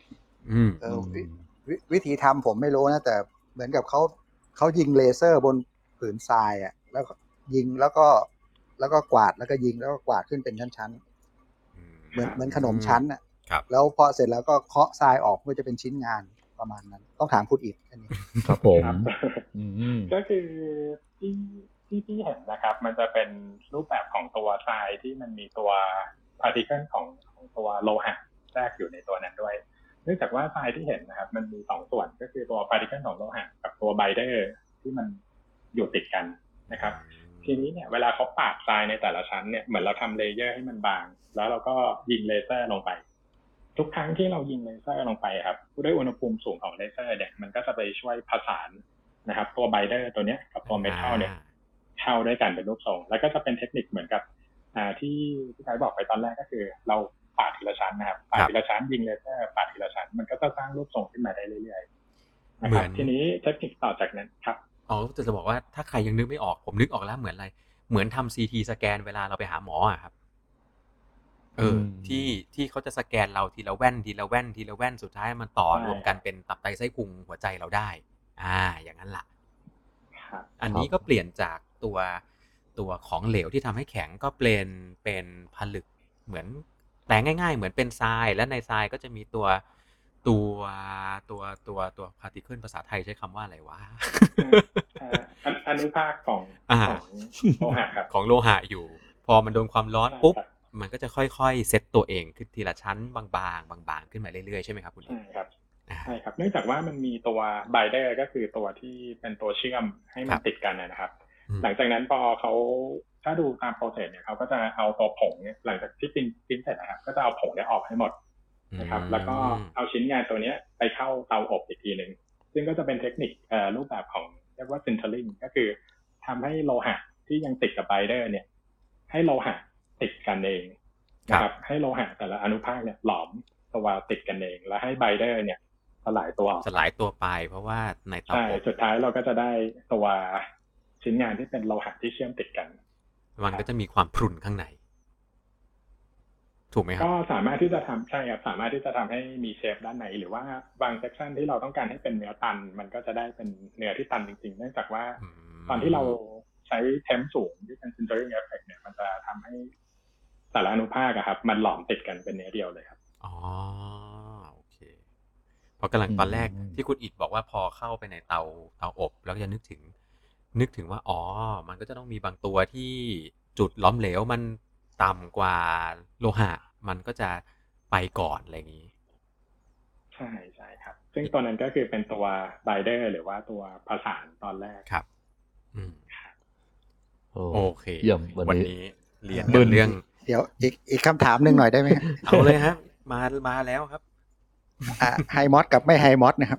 วิธีทำผมไม่รู้นะแต่เหมือนกับเขายิงเลเซอร์บนผืนทรายแล้วยิงแล้วก็กวาดแล้วก็ยิงแล้วก็กวาดขึ้นเป็นชั้นๆเหมือนขนมชั้นแล้วพอเสร็จแล้วก็เคาะทรายออกก็จะเป็นชิ้นงานประมาณนั้นต้องถามคุณอีกอันนี้ครับผมก็คือที่เห็นนะครับมันจะเป็นรูปแบบของตัวทรายที่มันมีตัวพาร์ติเคิลของตัวโลหะแทรกอยู่ในตัวนั้นด้วยเนื่องจากว่าทรายที่เห็นนะครับมันมี2ส่วนก็คือตัวพาร์ติเคิลของโลหะกับตัวไบเดอร์ที่มันอยู่ติดกันนะครับทีนี้เนี่ยเวลาเขาปาดทรายในแต่ละชั้นเนี่ยเหมือนเราทำเลเยอร์ให้มันบางแล้วเราก็ยิงเลเซอร์ลงไปทุกครั้งที่เรายิงเลเซอร์ลงไปครับด้วยอุณหภูมิสูงของเลเซอร์เนี่ยมันก็จะไปช่วยผสานนะครับตัวไบเดอร์ตัวเนี้ยกับตัวเมทัลเนี่ยเข้าด้วยกันเป็นรูปทรงแล้วก็จะเป็นเทคนิคเหมือนกับที่ใครบอกไปตอนแรกก็คือเราปาดทีละชั้นนะครับปาดทีละชั้นยิงเลเซอร์ปาดทีละชั้นมันก็จะสร้างรูปทรงขึ้นมาได้เรื่อยๆนะครับทีนี้เทคนิคต่อจากนั้นครับจะบอกว่าถ้าใครยังนึกไม่ออกผมนึกออกแล้วเหมือนอะไรเหมือนทำ CT สแกนเวลาเราไปหาหมอครับที่เขาจะสแกนเราทีละแว่นสุดท้ายมันต่อรวมกันเป็นตับไตไส้พุงหัวใจเราได้อย่างนั้นล่ะอันนี้ก็เปลี่ยนจากตัวของเหลวที่ทำให้แข็งก็เปลี่ยนเป็นผลึกเหมือนแต่ง่ายๆเหมือนเป็นทรายและในทรายก็จะมีตัวพาร์ติเคิลภาษาไทยใช้คำว่าอะไรวะอนุภาคของอ่าของโลหะครับของโลหะอยู่ พอมันโดนความร้อนใช่ปุ๊บครับมันก็จะค่อยๆเซตตัวเองขึ้นทีละชั้นบางๆขึ้นมาเรื่อยๆใช่ไหมครับคุณใช่ครับอ่าใช่ครับเนื่องจากว่ามันมีตัวไบเดอร์ก็คือตัวที่เป็นตัวเชื่อมให้มันติดกันนะครับ หลังจากนั้นพอเขาถ้าดูตามโปรเซสเนี่ยเขาก็จะเอาตัวผงเนี่ยหลังจากที่ปิ้นเสร็จนะครับก็จะเอาผงเนี่ยออกให้หมดนะครับแล้วก็เอาชิ้นงานตัวนี้ไปเข้าเตาอบอีกทีหนึ่งซึ่งก็จะเป็นเทคนิครูปแบบของเรียกว่า sintering ก็คือทำให้โลหะที่ยังติดกับไบเดอร์เนี่ยให้โลหะติดกันเองนะครับให้โลหะแต่ละอนุภาคเนี่ยหลอมตัวติดกันเองแล้วให้ไบเดอร์เนี่ยสลายตัวไปเพราะว่าในเตาอบสุดท้ายเราก็จะได้ตัวชิ้นงานที่เป็นโลหะที่เชื่อมติดกันมันก็จะมีความพรุนข้างในถูกไหมครับก็สามารถที่จะทำใช่ครับสามารถที่จะทำให้มีเชฟด้านในหรือว่าบางเซกชันที่เราต้องการให้เป็นเนื้อตันมันก็จะได้เป็นเนื้อที่ตันจริงๆเนื่องจากว่าตอนที่เราใช้เทมสูงที่เป็น sintering effect เนี่ยมันจะทำให้แต่ละอนุภาคอะครับมันหลอมติดกันเป็นเนื้อเดียวเลยครับอ๋อโอเคพอกำลังตอนแรกที่คุณอิดบอกว่าพอเข้าไปในเตาอบแล้วจะนึกถึงว่าอ๋อมันก็จะต้องมีบางตัวที่จุดล้อมเหลวมันต่ำกว่าโลหะมันก็จะไปก่อนอะไรอย่างนี้ใช่ครับซึ่งตัวนั้นก็คือเป็นตัวไบเดอร์หรือว่าตัวผสานตอนแรกครับโอเควันนี้เรียนเรื่องเดี๋ยวอีกคำถามหนึ่งหน่อยได้ไหมเอาเลยครับมาแล้วครับไฮมอสกับไม่ไฮมอสนะครับ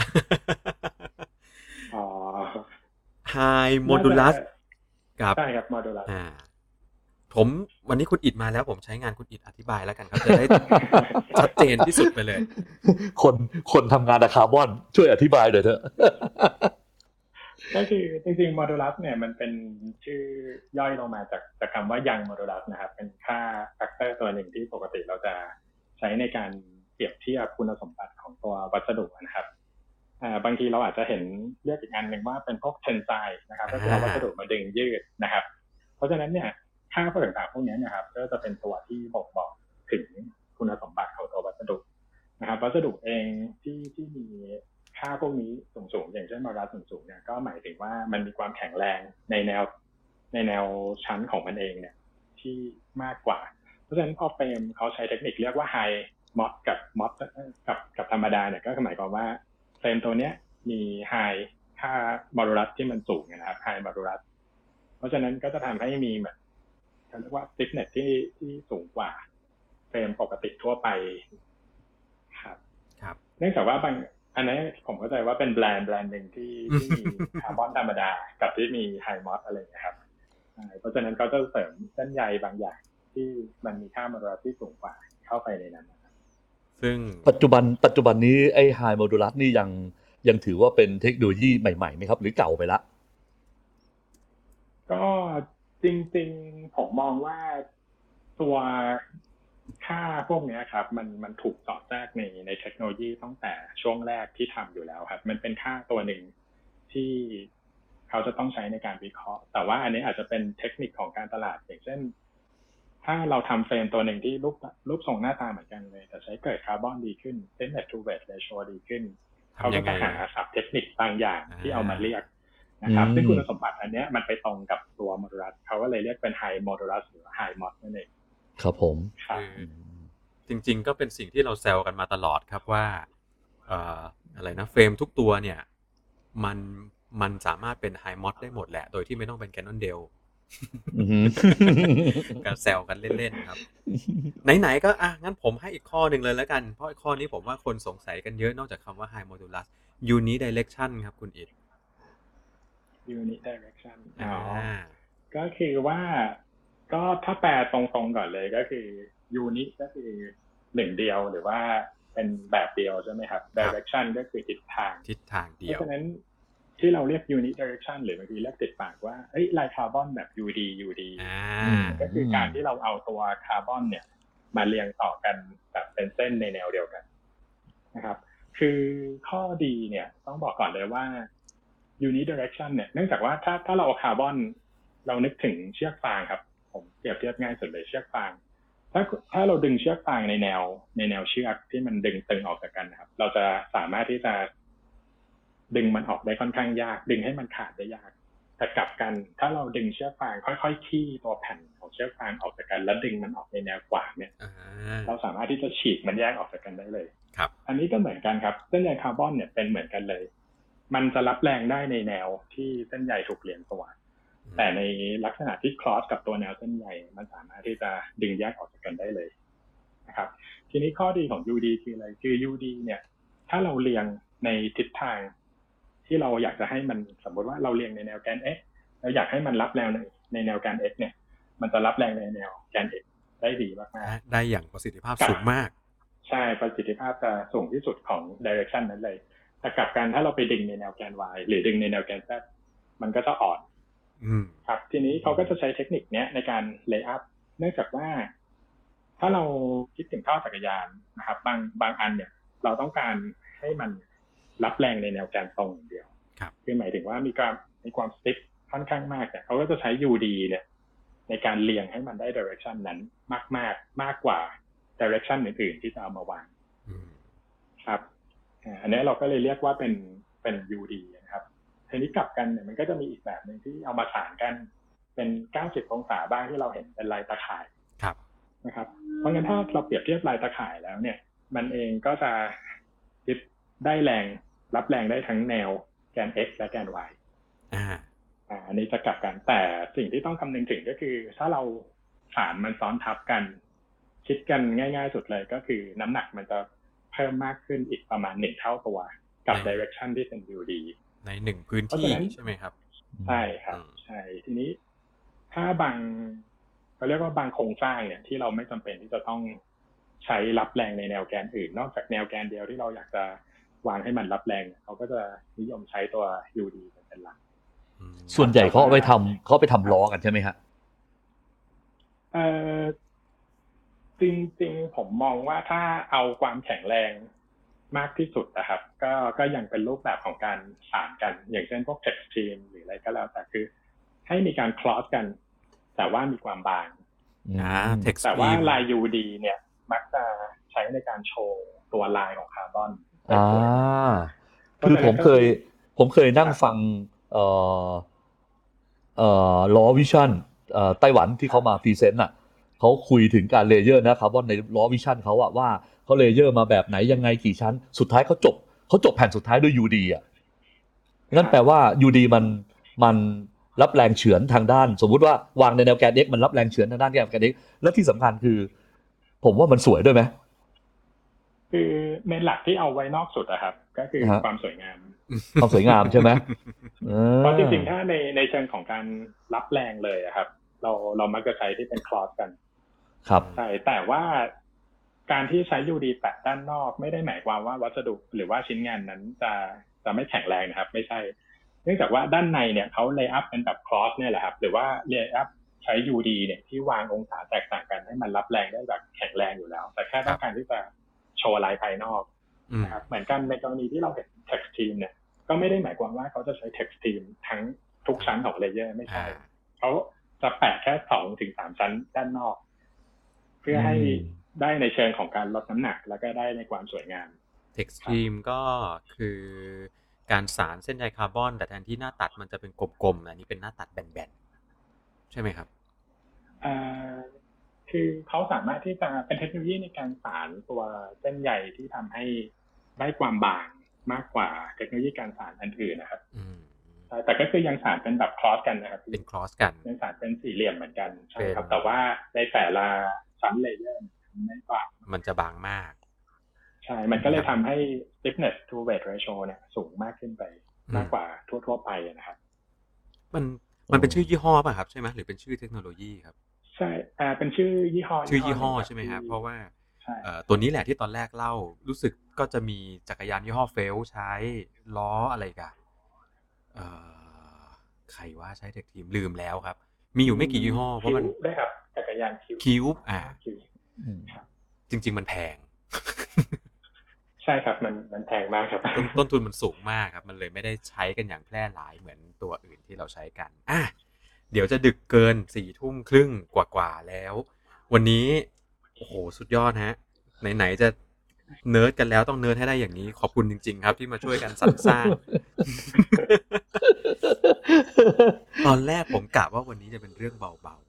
ไฮโมดูลัสกับใช่ครับโมดูลัสผมวันนี้คุณอิดมาแล้วผมใช้งานคุณอิดอธิบายแล้วกันครับจะได้ชัดเจนที่สุดไปเลยคนทำงานกับคาร์บอนช่วยอธิบายหน่อยเถอะก็คือจริงๆโมดูลัสเนี่ยมันเป็นชื่อย่อยลงมาจากคำว่ายังโมดูลัสนะครับเป็นค่าแฟกเตอร์ตัวหนึ่งที่ปกติเราจะใช้ในการเปรียบเทียบคุณสมบัติของตัววัสดุนะครับบางทีเราอาจจะเห็นเรียกอีกอันหนึ่งว่าเป็นพวกเทนไซน์นะครับก็คือวัสดุมาดึงยืดนะครับเพราะฉะนั้นเนี่ยค่าต่างๆพวกนี้นะครับก็จะเป็นตัวที่บอกถึงคุณสมบัติของตัววัสดุนะครับวัสดุเองที่มีค่าพวกนี้สูงอย่างเช่นโมดูลัสสูงเนี่ยก็หมายถึงว่ามันมีความแข็งแรงในแนวชั้นของมันเองเนี่ยที่มากกว่าเพราะฉะนั้นพอเฟรมเขาใช้เทคนิคเรียกว่าไฮมอสกับธรรมดาเนี่ยก็หมายความว่าเฟรมตัวเนี้ยมีไฮค่าโมดูลัสที่มันสูงนะครับไฮโมดูลัสเพราะฉะนั้นก็จะทำให้มีแบบเรียกว่า stiffness ที่สูงกว่าเฟรมปกติทั่วไปครับเนื่องจากว่าบางอันนี้ผมเข้าใจว่าเป็นแบรนด์หนึ่งที่มีคาร์บอนธรรมดากับที่มีไฮมอสอะไรอย่างเงี้ยครับเพราะฉะนั้นเขาจะเสริมเส้นใยบางอย่างที่มันมีค่าโมดูลัสที่สูงกว่าเข้าไปในนั้นนะครับซึ่งปัจจุบันนี้ไอ้ไฮโมดูลัสนี่ยังถือว่าเป็นเทคโนโลยีใหม่ๆไหมครับหรือเก่าไปละก็จริงๆผมมองว่าตัวค่าพวกนี้ครับมันถูกสอดแทรกในเทคโนโลยีตั้งแต่ช่วงแรกที่ทำอยู่แล้วครับมันเป็นค่าตัวหนึ่งที่เขาจะต้องใช้ในการวิเคราะห์แต่ว่าอันนี้อาจจะเป็นเทคนิคของการตลาดอย่างเช่นถ้าเราทำเฟรมตัวหนึ่งที่รูปทรงหน้าตาเหมือนกันเลยแต่ใช้เกิดคาร์บอนดีขึ้น thickness to weight ratio ดีขึ้นเขาก็จะหาศัพท์เทคนิคบางอย่างที่เอามาเรียกนะครับซึ่งคุณสมบัติอันนี้มันไปตรงกับตัวโมดูลัสเขาก็เลยเรียกเป็นไฮโมดูลัสหรือไฮมอสนั่นเองครับผมจริงๆก็เป็นสิ่งที่เราแซวกันมาตลอดครับว่าอะไรนะเฟรมทุกตัวเนี่ยมันสามารถเป็นไฮมอสได้หมดแหละโดยที่ไม่ต้องเป็นแคนนอนเดลก็แซวกันเล่นๆครับไหนๆก็งั้นผมให้อีกข้อหนึ่งเลยแล้วกันเพราะข้อนี้ผมว่าคนสงสัยกันเยอะนอกจากคำว่า high modulus unidirection ครับคุณอิฐ unidirection ก็คือว่าก็ถ้าแปลตรงๆก่อนเลยก็คือ unit ก็คือหนึ่งเดียวหรือว่าเป็นแบบเดียวใช่ไหมครับ direction ก็คือทิศทางเดียวเพราะฉะนั้นที่เราเรียก unit direction หรือบางทีเรียกติดปากว่าลายคาร์บอนแบบ UD ก็คือการที่เราเอาตัวคาร์บอนเนี่ยมาเรียงต่อกันแบบเป็นเส้นในแนวเดียวกันนะครับคือข้อดีเนี่ยต้องบอกก่อนเลยว่า unidirection เนี่ยเนื่องจากว่าถ้าเราเอาคาร์บอนเรานึกถึงเชือกฟางครับผมเปรียบเทียบง่ายสุดเลยเชือกฟางถ้าเราดึงเชือกฟางในแนวเชือกที่มันดึงตึงออกจากกันนะครับเราจะสามารถที่จะดึงมันออกได้ค่อนข้างยากดึงให้มันขาดได้ยากแต่กลับกันถ้าเราดึงเชือกฟางค่อยๆขี้ตัวแผ่นของเชือกฟางออกจากกันแล้วดึงมันออกในแนวขวางเนี่ยเราสามารถที่จะฉีกมันแยกออกจากกันได้เลยครับอันนี้ก็เหมือนกันครับเส้นใยคาร์บอนเนี่ยเป็นเหมือนกันเลยมันจะรับแรงได้ในแนวที่เส้นใยถูกเรียงตัวแต่ในลักษณะที่คลอสกับตัวแนวเส้นใยมันสามารถที่จะดึงแยกออกจากกันได้เลยนะครับทีนี้ข้อดีของ UD คืออะไรคือ UD เนี่ยถ้าเราเรียงในทิศทางที่เราอยากจะให้มันสมมติว่าเราเรียงในแนวแกน x เราอยากให้มันรับแรงในแนวแกน x เนี่ยมันจะรับแรงในแนวแกน x ได้ดีมากๆได้อย่างประสิทธิภาพสูงมากใช่ประสิทธิภาพจะสูงที่สุดของ direction นั้นเลยแต่กลับกันถ้าเราไปดึงในแนวแกน y หรือดึงในแนวแกน z มันก็จะอ่อนครับทีนี้เขาก็จะใช้เทคนิคนี้ในการ lay up เนื่องจากว่าถ้าเราคิดถึงท่อจักรยานนะครับบางอันเนี่ยเราต้องการให้มันรับแรงในแนวแกนตรงอย่างเดียวคือหมายถึงว่ามีความสติ๊กค่อนข้างมากเนี่ยเขาก็จะใช้ UD เนี่ยในการเรียงให้มันได้ direction นั้นมากกว่า direction อื่นๆที่จะเอามาวางครับอันนี้เราก็เลยเรียกว่าเป็น UD นะครับทีนี้กลับกันเนี่ยมันก็จะมีอีกแบบนึงที่เอามาสานกันเป็น90องศาบ้างที่เราเห็นเป็นลายตะข่ายนะครับเพราะงั้นถ้าเราเปรียบเทียบลายตะข่ายแล้วเนี่ยมันเองก็จะได้แรงรับแรงได้ทั้งแนวแกน x และแกน y อันนี้จะกลับกันแต่สิ่งที่ต้องคำนึงถึงก็คือถ้าเราสานมันซ้อนทับกันคิดกันง่ายๆสุดเลยก็คือน้ำหนักมันจะเพิ่มมากขึ้นอีกประมาณ1เท่าตัวกับ direction ที่เป็น UD ใน1พื้นที่ใช่ไหมครับใช่ครับใช่ทีนี้ถ้าเขาเรียกว่าบางโครงสร้างเนี่ยที่เราไม่จำเป็นที่จะต้องใช้รับแรงในแนวแกนอื่นนอกจากแนวแกนเดียวที่เราอยากจะวางให้มันรับแรงเขาก็จะนิยมใช้ตัว UD เป็นหลักส่วนใหญ่เขาไปทำล้อกันใช่ไหมฮะจริงๆผมมองว่าถ้าเอาความแข็งแรงมากที่สุดนะครับก็ยังเป็นรูปแบบของการสานกันอย่างเช่นพวก text stream หรืออะไรก็แล้วแต่คือให้มีการ cross กันแต่ว่ามีความบางแต่ว่าลาย UD เนี่ยมักจะใช้ในการโชว์ตัวลายของคาร์บอนคือผมเคยนั่งฟังล้อวิชั่นไต้หวันที่เขามาพรีเซนต์เขาคุยถึงการเลเยอร์นะคาร์บอนในล้อวิชั่นเขาว่าเขาเลเยอร์มาแบบไหนยังไงกี่ชั้นสุดท้ายเขาจบแผ่นสุดท้ายด้วย UD งั้นแปลว่า UD มันรับแรงเฉือนทางด้านสมมุติว่าวางในแนวแกน x มันรับแรงเฉือนทางด้านแกน x และที่สำคัญคือผมว่ามันสวยด้วยไหมคือเมนหลักที่เอาไว้นอกสุดอะครับก็คือความสวยงามใช่ไหมเพราะจริงๆถ้าในเชิงของการรับแรงเลยอะครับเรามักจะใช้ที่เป็นคลอสกันครับใช่แต่ว่าการที่ใช้ UD แปะด้านนอกไม่ได้หมายความว่าวัสดุหรือว่าชิ้นงานนั้นจะไม่แข็งแรงนะครับไม่ใช่เนื่องจากว่าด้านในเนี่ยเขาเลย์อัพเป็นแบบคลอสเนี่ยแหละครับหรือว่าเลย์อัพใช้ UD เนี่ยที่วางองศาแตกต่างกันให้มันรับแรงได้แบบแข็งแรงอยู่แล้วแต่แค่ต้องการที่จะโชว์ลายภายนอกนะครับเหมือนกันในกรณีที่เราเห็น text stream เนี่ยก็ไม่ได้หมายความว่าเขาจะใช้ text stream ทั้งทุกชั้นของเลเยอร์ไม่ใช่เขาจะแปะแค่2 ถึง 3ชั้นด้านนอกเพื่อให้ได้ในเชิงของการลดน้ำหนักแล้วก็ได้ในความสวยงาม text stream ก็คือการสานเส้นใยคาร์บอนแต่แทนที่หน้าตัดมันจะเป็นกลมๆอันนี้เป็นหน้าตัดแบนๆใช่ไหมครับคือเขาสามารถที่จะเป็นเทคโนโลยีในการสานตัวเส้นใยที่ทำให้ได้ความบางมากกว่าเทคโนโลยีการสานอันอื่นนะครับแต่ก็คือยังสานเป็นแบบคลอสกันนะครับเป็นคลอสกันยังสานเป็นสี่เหลี่ยมเหมือนกันใช่ครับแต่ว่าในแต่ละชั้นเลเยอร์ไม่บางมันจะบางมากใช่มันก็เลยทำให้ stiffness to weight ratio เนี่ยสูงมากขึ้นไปมากกว่าทั่วไปนะครับมันเป็นชื่อยี่ห้อป่ะครับใช่ไหมหรือเป็นชื่อเทคโนโลยีครับใช่เป็นชื่อยี่ห้อใช่ไหมครับเพราะว่าตัวนี้แหละที่ตอนแรกเล่ารู้สึกก็จะมีจักรยานยี่ห้อเฟลใช้ล้ออะไรกันใครว่าใช้เทคทีมลืมแล้วครับมีอยู่ไม่กี่ยี่ห้อเพราะมันได้ครับจักรยานคิวบจริงๆมันแพงใช่ครับมันแพงมากครับต้นทุนมันสูงมากครับมันเลยไม่ได้ใช้กันอย่างแพร่หลายเหมือนตัวอื่นที่เราใช้กันเดี๋ยวจะดึกเกิน 4:30 กว่าแล้ววันนี้โอ้โหสุดยอดฮะไหนๆจะเนิร์ดกันแล้วต้องเนิร์ดให้ได้อย่างนี้ขอบคุณจริงๆครับที่มาช่วยกันสรรสร้าง ตอนแรกผมกะว่าวันนี้จะเป็นเรื่องเบา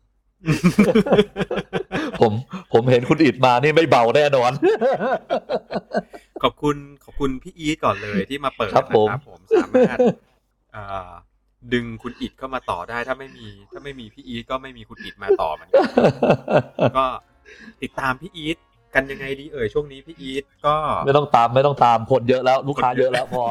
ผมเห็นคุณอิดมานี่ไม่เบาแน่นอนๆ ขอบคุณพี่อีทก่อนเลยที่มาเปิดครับนะครับผมสามารถดึงคุณอิดเข้ามาต่อได้ถ้าไม่มีพี่อีทก็ไม่มีคุณอิดมาต่อเหมือนกันก็ติดตามพี่อีทกันยังไงดีช่วงนี้พี่อีทก็ไม่ต้องตามคนเยอะแล้วลูกค้าเยอะแล้วพอ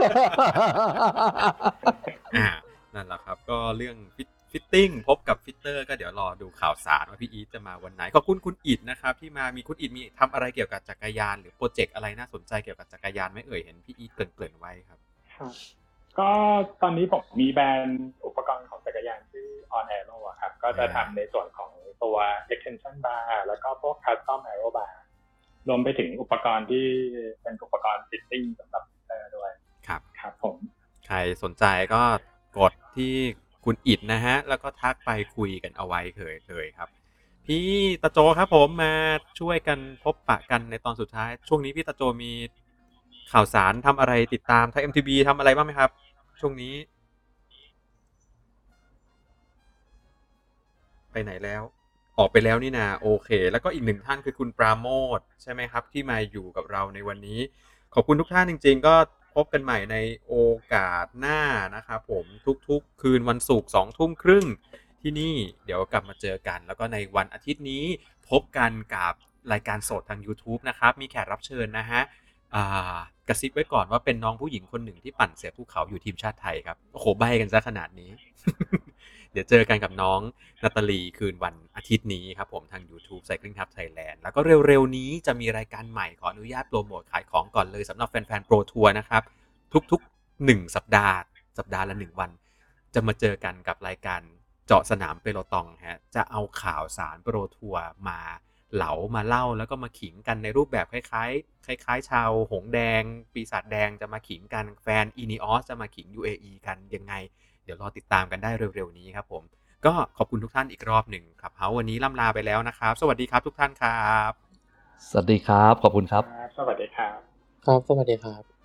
นั่นแหละครับก็เรื่องฟิตติ้งพบกับฟิตเตอร์ก็เดี๋ยวรอดูข่าวสารว่าพี่อีทจะมาวันไหนขอบคุณคุณอิดนะครับที่มามีคุณอิดมีทำอะไรเกี่ยวกับจักรยานหรือโปรเจกต์อะไรน่าสนใจเกี่ยวกับจักรยานไหมเห็นพี่อีทเกริ่นไว้ครับก็ตอนนี้ผมมีแบรนด์อุปกรณ์ของจักรยานชื่อ On Aero ครับก็จะทำในส่วนของตัว extension bar แล้วก็พวก custom aero bar รวมไปถึงอุปกรณ์ที่เป็นอุปกรณ์ฟิตติ้งสำหรับฟิตเตอร์ด้วยครับผมใครสนใจก็กดที่คุณอิดนะฮะแล้วก็ทักไปคุยกันเอาไว้เลยครับพี่ตะโจครับผมมาช่วยกันพบปะกันในตอนสุดท้ายช่วงนี้พี่ตะโจมีข่าวสารทำอะไรติดตามไทย MTB ทำอะไรบ้างไหมครับช่วงนี้ไปไหนแล้วออกไปแล้วนี่นาโอเคแล้วก็อีกหนึ่งท่านคือคุณปราโมทใช่ไหมครับที่มาอยู่กับเราในวันนี้ขอบคุณทุกท่านจริงๆก็พบกันใหม่ในโอกาสหน้านะครับผมทุกๆคืนวันศุกร์ 20:30 น.ที่นี่เดี๋ยวกลับมาเจอกันแล้วก็ในวันอาทิตย์นี้พบกันกับรายการสดทาง YouTube นะครับมีแขกรับเชิญนะฮะกระซิบไว้ก่อนว่าเป็นน้องผู้หญิงคนหนึ่งที่ปั่นเสือภูเขาอยู่ทีมชาติไทยครับโอ้โหใบ้กันซะขนาดนี้ เดี๋ยวเจอกันกับน้องนาตาลีคืนวันอาทิตย์นี้ครับผมทาง YouTube Cycling Hub Thailand แล้วก็เร็วๆนี้จะมีรายการใหม่ขออนุญาตโปรโมทขายของก่อนเลยสำหรับแฟนๆ Pro Tour นะครับทุกๆ1สัปดาห์ละ1วันจะมาเจอกันกับรายการเจาะสนามเปโลตองฮะจะเอาข่าวสารโปรทัวร์มาเหลามาเล่าแล้วก็มาขิงกันในรูปแบบคล้ายๆชาวหงแดงปีศาจแดงจะมาขิงกันแฟน Ineos จะมาขิง UAE กันยังไงเดี๋ยวรอติดตามกันได้เร็วๆนี้ครับผมก็ขอบคุณทุกท่านอีกรอบหนึ่งครับวันนี้ล่ำลาไปแล้วนะครับสวัสดีครับทุกท่านครับสวัสดีครับขอบคุณครับสวัสดีครับครับสวัสดีครับ